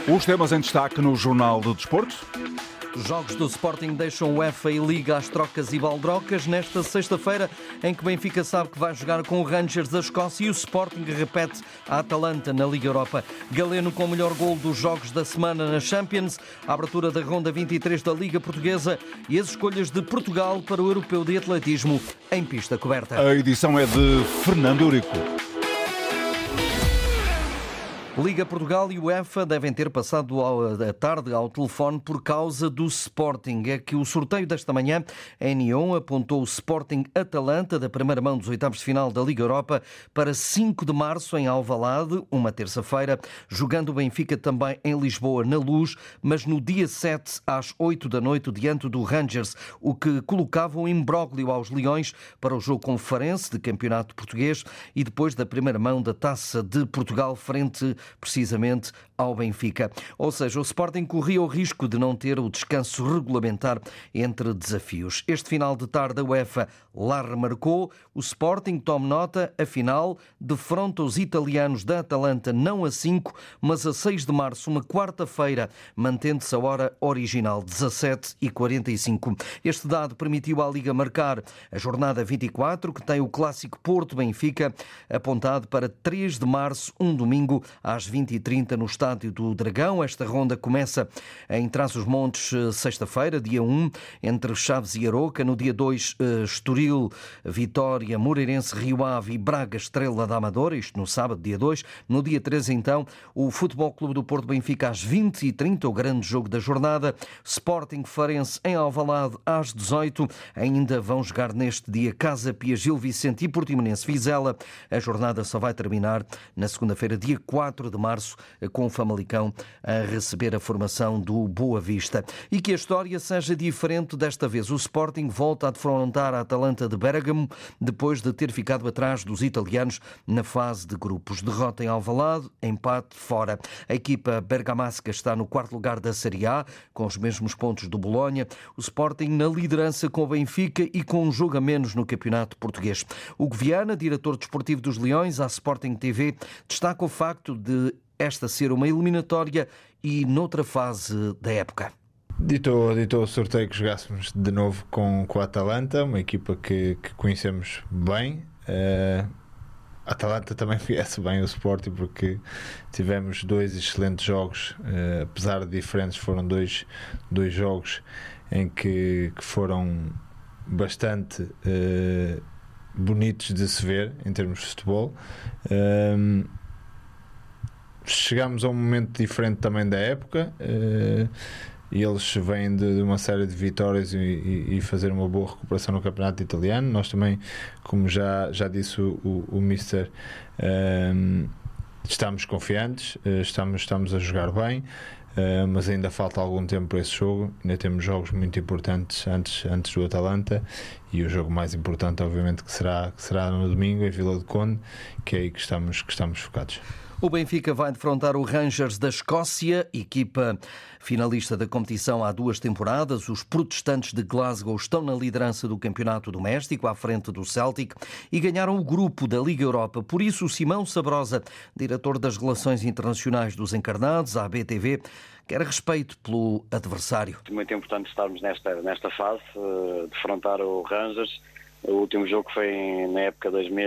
Os temas em destaque no Jornal do Desporto. Jogos do Sporting deixam UEFA e Liga às trocas e baldrocas nesta sexta-feira, em que o Benfica sabe que vai jogar com o Rangers da Escócia e o Sporting repete a Atalanta na Liga Europa. Galeno com o melhor gol dos jogos da semana na Champions, a abertura da ronda 23 da Liga Portuguesa e as escolhas de Portugal para o Europeu de Atletismo em pista coberta. A edição é de Fernando Eurico. Liga Portugal e UEFA devem ter passado a tarde ao telefone por causa do Sporting. É que o sorteio desta manhã, a N1 apontou o Sporting Atalanta da primeira mão dos oitavos de final da Liga Europa para 5 de março em Alvalade, uma terça-feira, jogando o Benfica também em Lisboa na Luz, mas no dia 7 às 8 da noite diante do Rangers, o que colocava um imbróglio aos Leões para o jogo com o Farense de campeonato português e depois da primeira mão da Taça de Portugal frente precisamente ao Benfica. Ou seja, o Sporting corria o risco de não ter o descanso regulamentar entre desafios. Este final de tarde a UEFA lá remarcou, o Sporting, tome nota, afinal, defronta os italianos da Atalanta não a 5, mas a 6 de março, uma quarta-feira, mantendo-se a hora original, 17h45. Este dado permitiu à Liga marcar a jornada 24, que tem o clássico Porto-Benfica, apontado para 3 de março, um domingo, às 20h30 no Estádio do Dragão. Esta ronda começa em Trás-os-Montes, sexta-feira, dia 1, entre Chaves e Aroca. No dia 2, Estoril, Vitória, Moreirense, Rio Ave e Braga, Estrela da Amadora, isto no sábado, dia 2. No dia 3, então, o Futebol Clube do Porto Benfica às 20h30, o grande jogo da jornada. Sporting Farense em Alvalade às 18h. Ainda vão jogar neste dia Casa Pia, Gil Vicente e Portimonense Vizela. A jornada só vai terminar na segunda-feira, dia 4 de março, com o Famalicão a receber a formação do Boa Vista. E que a história seja diferente desta vez. O Sporting volta a defrontar a Atalanta de Bérgamo depois de ter ficado atrás dos italianos na fase de grupos. Derrota em Alvalade, empate fora. A equipa bergamasca está no quarto lugar da Série A, com os mesmos pontos do Bolonha. O Sporting na liderança com o Benfica e com um jogo a menos no campeonato português. Hugo Viana, diretor desportivo dos Leões, à Sporting TV, destaca o facto de esta ser uma eliminatória e noutra fase da época. Ditou o sorteio que jogássemos de novo com a Atalanta, uma equipa que conhecemos bem. A Atalanta também conhece bem o Sporting, porque tivemos dois excelentes jogos, apesar de diferentes, foram dois jogos em que foram bastante bonitos de se ver em termos de futebol. Chegámos a um momento diferente também da época, e eles vêm de uma série de vitórias e fazer uma boa recuperação no campeonato italiano. Nós também, como já disse o Mister, estamos confiantes, estamos a jogar bem, mas ainda falta algum tempo para esse jogo. Ainda temos jogos muito importantes antes do Atalanta, e o jogo mais importante obviamente que será no domingo em Vila do Conde, que é aí que estamos focados. O Benfica vai defrontar o Rangers da Escócia, equipa finalista da competição há 2 temporadas. Os protestantes de Glasgow estão na liderança do campeonato doméstico, à frente do Celtic, e ganharam o grupo da Liga Europa. Por isso, o Simão Sabrosa, diretor das Relações Internacionais dos Encarnados, à BTV, quer respeito pelo adversário. Muito importante estarmos nesta fase, defrontar o Rangers. O último jogo foi na época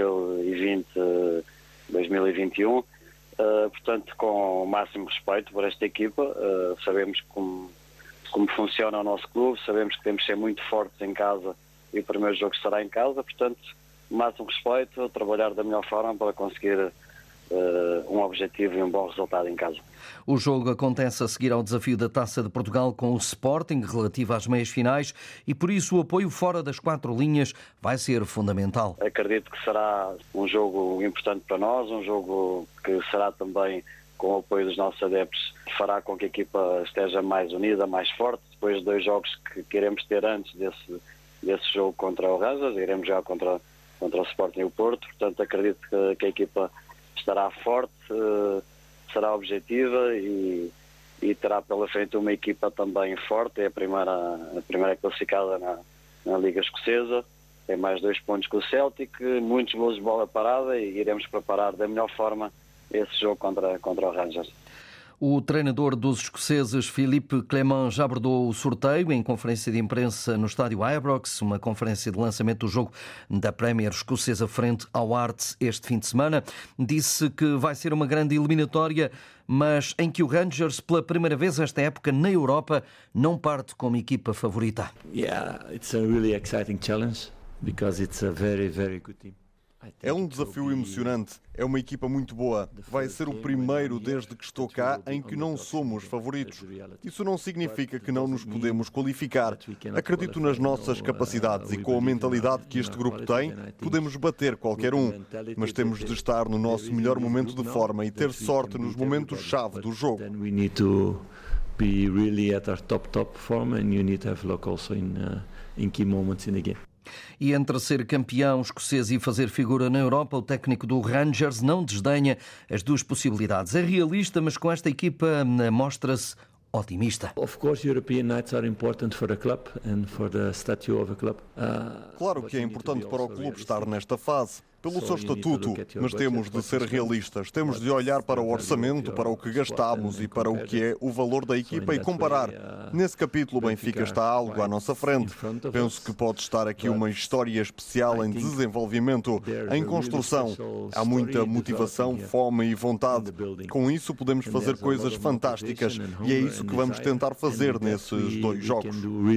2020-2021. Portanto, com o máximo respeito por esta equipa, sabemos como funciona o nosso clube, sabemos que temos que ser muito fortes em casa e o primeiro jogo será em casa. Portanto, o máximo respeito, trabalhar da melhor forma para conseguir um objetivo e um bom resultado em casa. O jogo acontece a seguir ao desafio da Taça de Portugal com o Sporting, relativo às meias finais, e por isso o apoio fora das 4 linhas vai ser fundamental. Acredito que será um jogo importante para nós, um jogo que será também com o apoio dos nossos adeptos, fará com que a equipa esteja mais unida, mais forte. Depois de 2 jogos que iremos ter antes desse jogo contra o Rangers, iremos jogar contra o Sporting e o Porto. Portanto, acredito que a equipa estará forte, será objetiva e terá pela frente uma equipa também forte. É a primeira classificada na Liga Escocesa, tem mais 2 pontos que o Celtic, muitos golos de bola parada, e iremos preparar da melhor forma esse jogo contra o Rangers. O treinador dos escoceses, Philippe Clement, já abordou o sorteio em conferência de imprensa no estádio Ibrox, uma conferência de lançamento do jogo da Premier escocesa frente ao Hearts este fim de semana. Disse que vai ser uma grande eliminatória, mas em que o Rangers, pela primeira vez esta época na Europa, não parte como equipa favorita. It's a really exciting challenge because it's a very, very good team. É um desafio emocionante. É uma equipa muito boa. Vai ser o primeiro desde que estou cá em que não somos favoritos. Isso não significa que não nos podemos qualificar. Acredito nas nossas capacidades e com a mentalidade que este grupo tem, podemos bater qualquer um. Mas temos de estar no nosso melhor momento de forma e ter sorte nos momentos-chave do jogo. Be really at our top form, and you need to have luck also in key moments in the game. E entre ser campeão escocês e fazer figura na Europa, o técnico do Rangers não desdenha as duas possibilidades. É realista, mas com esta equipa mostra-se otimista. Of course, European nights are important for the club and for the statue of a club. Claro que é importante para o clube estar nesta fase, pelo seu estatuto, mas temos de ser realistas. Temos de olhar para o orçamento, para o que gastamos e para o que é o valor da equipa e comparar. Nesse capítulo, o Benfica está algo à nossa frente. Penso que pode estar aqui uma história especial em desenvolvimento, em construção. Há muita motivação, fome e vontade. Com isso, podemos fazer coisas fantásticas e é isso que vamos tentar fazer nesses dois jogos.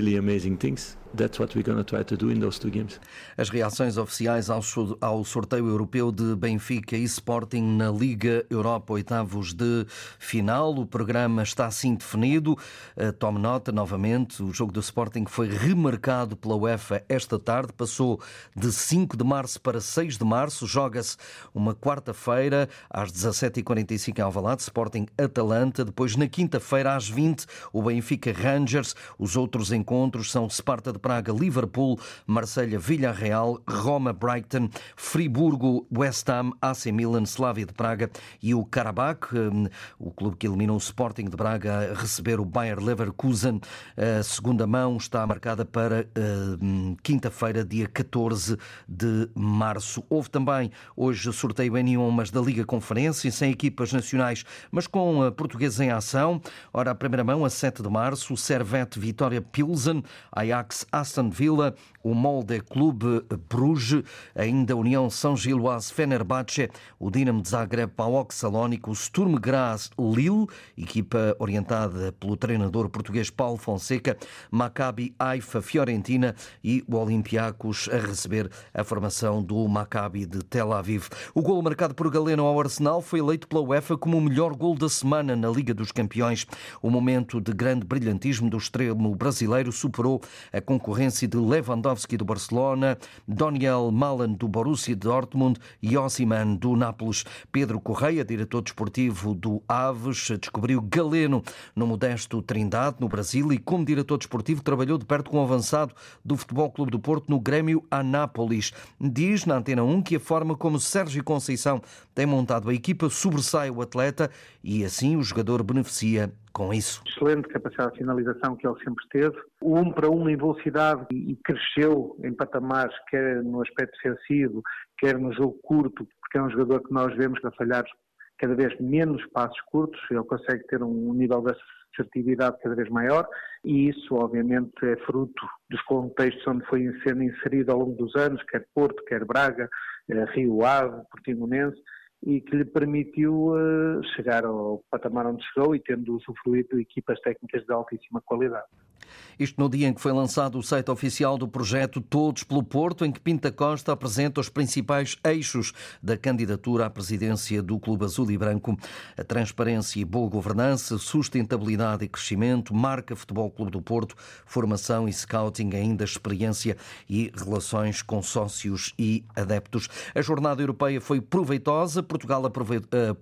That's what we're going to try to do in those two games. As reações oficiais ao sorteio europeu de Benfica e Sporting na Liga Europa, oitavos de final. O programa está assim definido. Tome nota, novamente, o jogo do Sporting foi remarcado pela UEFA esta tarde. Passou de 5 de março para 6 de março. Joga-se uma quarta-feira às 17h45 em Alvalade, Sporting-Atalanta. Depois, na quinta-feira, às 20h, o Benfica-Rangers. Os outros encontros são Sparta de Praga, Liverpool, Marselha, Villarreal, Roma, Brighton, Friburgo, West Ham, AC Milan, Slavia de Praga e o Karabakh, o clube que eliminou o Sporting de Braga, a receber o Bayer Leverkusen. A segunda mão está marcada para quinta-feira, dia 14 de março. Houve também hoje sorteio em Nyon, mas da Liga Conferência, sem equipas nacionais, mas com portugueses em ação. Ora, a primeira mão, a 7 de março, o Servette Vitória Pilsen, Ajax Aston Villa, o Molde Clube Bruges, ainda a União São Giloase Fenerbahçe, o Dinamo de Zagreb PAOK Salónico, o Sturm Graz Lille, equipa orientada pelo treinador português Paulo Fonseca, Maccabi Haifa Fiorentina e o Olympiacos a receber a formação do Maccabi de Tel Aviv. O golo marcado por Galeno ao Arsenal foi eleito pela UEFA como o melhor golo da semana na Liga dos Campeões. O momento de grande brilhantismo do extremo brasileiro superou a concorrência de Lewandowski do Barcelona, Daniel Malen do Borussia Dortmund e Osimhen do Nápoles. Pedro Correia, diretor desportivo do Aves, descobriu Galeno no modesto Trindade, no Brasil, e como diretor desportivo trabalhou de perto com o avançado do Futebol Clube do Porto no Grêmio Anápolis. Diz na Antena 1 que a forma como Sérgio Conceição tem montado a equipa sobressai o atleta e assim o jogador beneficia com isso. Excelente capacidade de finalização que ele sempre teve. O 1 para 1 em velocidade e cresceu em patamares, quer no aspecto defensivo, quer no jogo curto, porque é um jogador que nós vemos a falhar cada vez menos passos curtos. Ele consegue ter um nível de assertividade cada vez maior e isso obviamente é fruto dos contextos onde foi sendo inserido ao longo dos anos, quer Porto, quer Braga, Rio Ave, Portimonense, e que lhe permitiu chegar ao patamar onde chegou e tendo usufruído de equipas técnicas de altíssima qualidade. Isto no dia em que foi lançado o site oficial do projeto Todos pelo Porto, em que Pinto da Costa apresenta os principais eixos da candidatura à presidência do Clube Azul e Branco. A transparência e boa governança, sustentabilidade e crescimento, marca Futebol Clube do Porto, formação e scouting, ainda experiência e relações com sócios e adeptos. A jornada europeia foi proveitosa. Portugal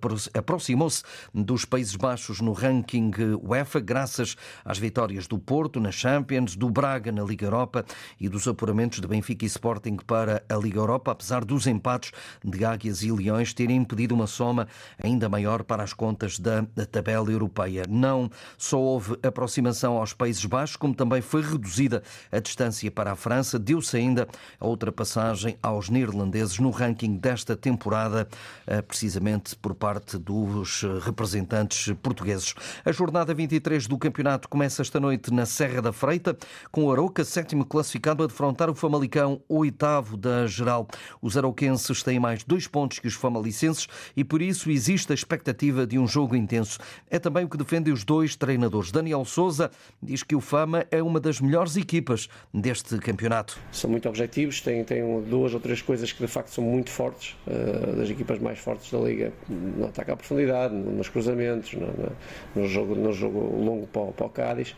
aproximou-se dos Países Baixos no ranking UEFA, graças às vitórias do Porto, Porto na Champions, do Braga na Liga Europa e dos apuramentos de Benfica e Sporting para a Liga Europa, apesar dos empates de Águias e Leões terem impedido uma soma ainda maior para as contas da tabela europeia. Não só houve aproximação aos Países Baixos, como também foi reduzida a distância para a França. Deu-se ainda a ultrapassagem aos neerlandeses no ranking desta temporada, precisamente por parte dos representantes portugueses. A jornada 23 do campeonato começa esta noite na Serra da Freita, com o Arouca, 7º classificado, a defrontar o Famalicão, 8º da geral. Os arauquenses têm mais 2 pontos que os famalicenses e por isso existe a expectativa de um jogo intenso. É também o que defendem os 2 treinadores. Daniel Sousa diz que o Fama é uma das melhores equipas deste campeonato. São muito objetivos, têm 2 ou 3 coisas que de facto são muito fortes, das equipas mais fortes da Liga, no ataque à profundidade, nos cruzamentos, no jogo longo para o Cádiz,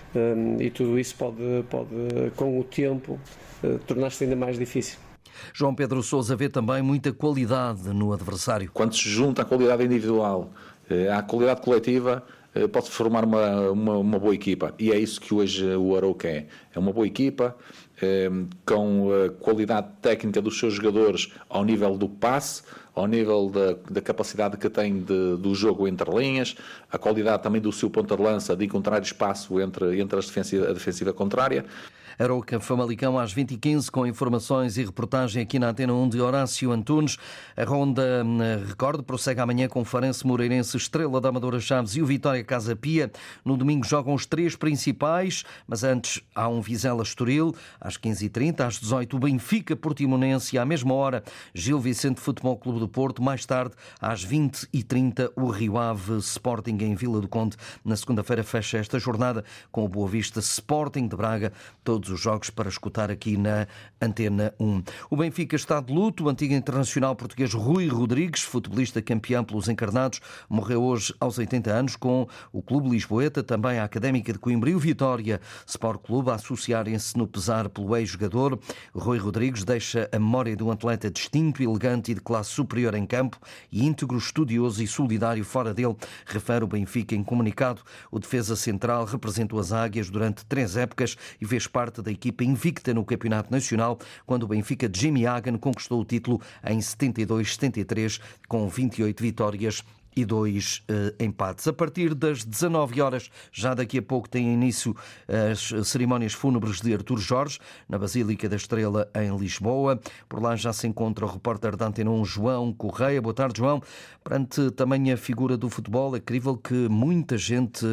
e tudo isso pode com o tempo, tornar-se ainda mais difícil. João Pedro Sousa vê também muita qualidade no adversário. Quando se junta a qualidade individual à qualidade coletiva, pode formar uma boa equipa, e é isso que hoje o Arouca é. É uma boa equipa, com a qualidade técnica dos seus jogadores ao nível do passe, ao nível da capacidade que tem do jogo entre linhas, a qualidade também do seu ponta de lança, de encontrar espaço entre a defensiva contrária. Arouca Famalicão às 20h15, com informações e reportagem aqui na Antena 1 de Horácio Antunes. A ronda, recordo, prossegue amanhã com Farense, Moreirense, Estrela da Amadora Chaves e o Vitória Casa Pia. No domingo jogam os 3 principais, mas antes há um Vizela Estoril, às 15h30, às 18h o Benfica Portimonense e à mesma hora Gil Vicente Futebol Clube do Porto. Mais tarde, às 20h30, o Rio Ave Sporting em Vila do Conde. Na segunda-feira fecha esta jornada com o Boa Vista Sporting de Braga. Todos os jogos para escutar aqui na Antena 1. O Benfica está de luto. O antigo internacional português Rui Rodrigues, futebolista campeão pelos encarnados, morreu hoje aos 80 anos, com o Clube Lisboeta, também a Académica de Coimbra e o Vitória Sport Clube a associarem-se no pesar pelo ex-jogador. Rui Rodrigues deixa a memória de um atleta distinto, elegante e de classe superior em campo e íntegro, estudioso e solidário fora dele, refere o Benfica em comunicado. O defesa central representou as Águias durante 3 épocas e fez parte da equipa invicta no Campeonato Nacional, quando o Benfica de Jimmy Hagan conquistou o título em 72-73, com 28 vitórias e 2 empates. A partir das 19 horas, já daqui a pouco, têm início as cerimónias fúnebres de Artur Jorge, na Basílica da Estrela, em Lisboa. Por lá já se encontra o repórter da Antena 1, João Correia. Boa tarde, João. Perante também a figura do futebol, é crível que muita gente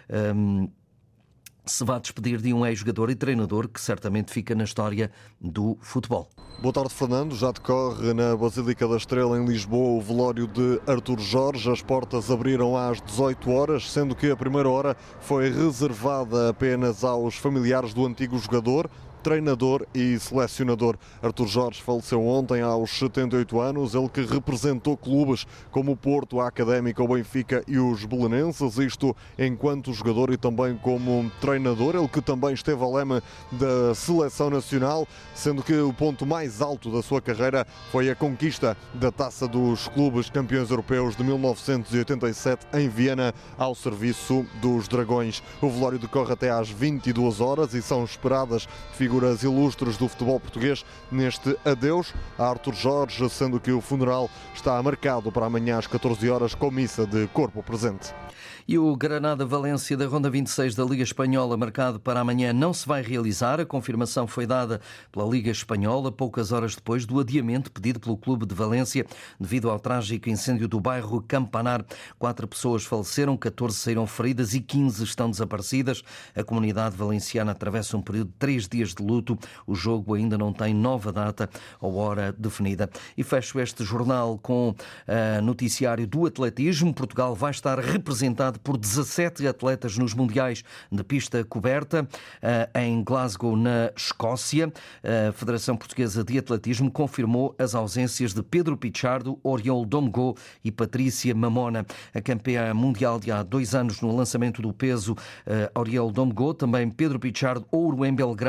se vá despedir de um ex-jogador e treinador que certamente fica na história do futebol. Boa tarde, Fernando. Já decorre na Basílica da Estrela, em Lisboa, o velório de Artur Jorge. As portas abriram às 18 horas, sendo que a primeira hora foi reservada apenas aos familiares do antigo jogador, treinador e selecionador. Artur Jorge faleceu ontem aos 78 anos, ele que representou clubes como o Porto, a Académica, o Benfica e os belenenses, isto enquanto jogador e também como treinador, ele que também esteve ao leme da Seleção Nacional, sendo que o ponto mais alto da sua carreira foi a conquista da Taça dos Clubes Campeões Europeus de 1987 em Viena, ao serviço dos Dragões. O velório decorre até às 22 horas e são esperadas figuras ilustres do futebol português neste adeus a Artur Jorge, sendo que o funeral está marcado para amanhã às 14 horas com missa de corpo presente. E o Granada-Valência da Ronda 26 da Liga Espanhola, marcado para amanhã, não se vai realizar. A confirmação foi dada pela Liga Espanhola poucas horas depois do adiamento pedido pelo clube de Valência devido ao trágico incêndio do bairro Campanar. 4 pessoas faleceram, 14 saíram feridas e 15 estão desaparecidas. A comunidade valenciana atravessa um período de 3 dias de luto. O jogo ainda não tem nova data ou hora definida. E fecho este jornal com noticiário do atletismo. Portugal vai estar representado por 17 atletas nos Mundiais de Pista Coberta em Glasgow, na Escócia. A Federação Portuguesa de Atletismo confirmou as ausências de Pedro Pichardo, Oriol Domgo e Patrícia Mamona. A campeã mundial de há 2 anos no lançamento do peso, Oriol Domgo, também Pedro Pichardo, ouro em Belgrado em 2000.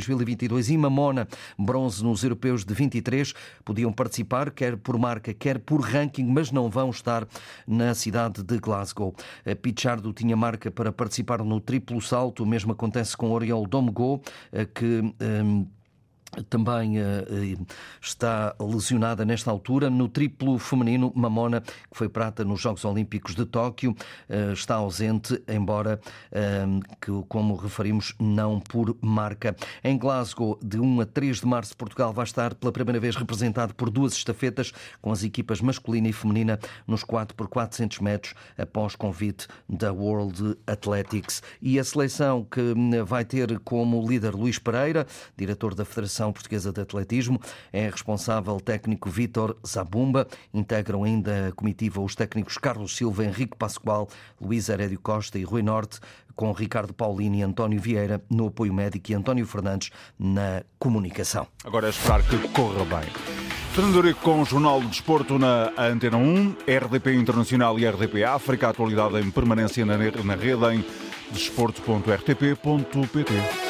2022 e Mamona, bronze nos europeus de 23. Podiam participar quer por marca, quer por ranking, mas não vão estar na cidade de Glasgow. Pichardo tinha marca para participar no triplo salto. O mesmo acontece com Oriol Domgo, que também está lesionada nesta altura. No triplo feminino, Mamona, que foi prata nos Jogos Olímpicos de Tóquio, está ausente, embora, como referimos, não por marca. Em Glasgow, de 1 a 3 de março, Portugal vai estar pela primeira vez representado por 2 estafetas, com as equipas masculina e feminina nos 4x400 metros, após convite da World Athletics. E a seleção que vai ter como líder Luís Pereira, diretor da Federação Portuguesa de Atletismo, é responsável técnico Vítor Zabumba. Integram ainda a comitiva os técnicos Carlos Silva, Henrique Pascoal, Luís Herédio Costa e Rui Norte, com Ricardo Paulino e António Vieira no apoio médico e António Fernandes na comunicação. Agora é esperar que corra bem. Fernando Eurico com o Jornal do Desporto na Antena 1, RDP Internacional e RDP África. A atualidade em permanência na rede em desporto.rtp.pt.